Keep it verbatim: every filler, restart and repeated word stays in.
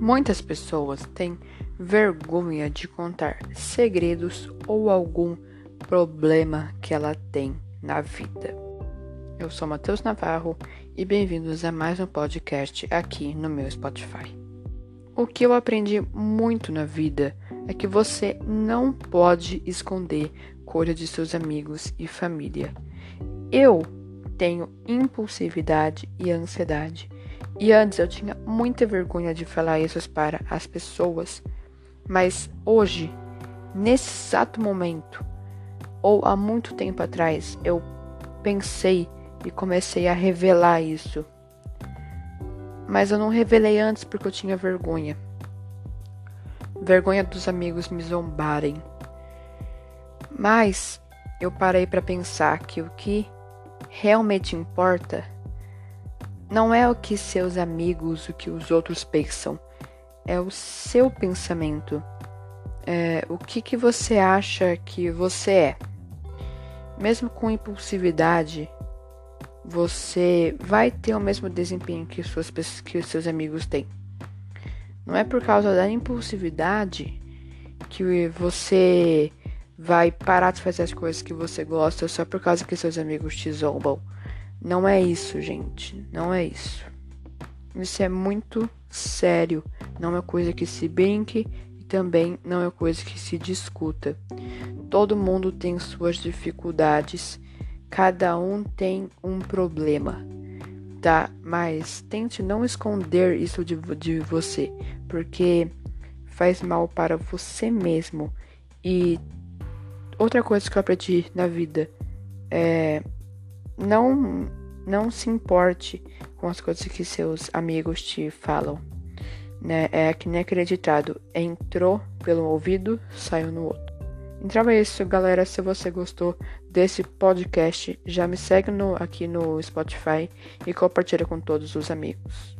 Muitas pessoas têm vergonha de contar segredos ou algum problema que ela tem na vida. Eu sou Matheus Navarro e bem-vindos a mais um podcast aqui no meu Spotify. O que eu aprendi muito na vida é que você não pode esconder coisas de seus amigos e família. Eu tenho impulsividade e ansiedade. E antes eu tinha muita vergonha de falar isso para as pessoas. Mas hoje, nesse exato momento, ou há muito tempo atrás, eu pensei e comecei a revelar isso. Mas eu não revelei antes porque eu tinha vergonha. Vergonha dos amigos me zombarem. Mas eu parei para pensar que o que realmente importa não é o que seus amigos, o que os outros pensam. É o seu pensamento. É, o que, que você acha que você é. Mesmo com impulsividade, você vai ter o mesmo desempenho que, suas, que os seus amigos têm. Não é por causa da impulsividade que você vai parar de fazer as coisas que você gosta só por causa que seus amigos te zombam. Não é isso, gente. Não é isso. Isso é muito sério. Não é coisa que se brinque e também não é coisa que se discuta. Todo mundo tem suas dificuldades. Cada um tem um problema, tá? Mas tente não esconder isso de, de você, porque faz mal para você mesmo. E outra coisa que eu aprendi na vida é não, não se importe com as coisas que seus amigos te falam, né? É que nem aquele ditado, entrou pelo ouvido, saiu no outro. Então é isso, galera. Se você gostou desse podcast, já me segue no, aqui no Spotify e compartilha com todos os amigos.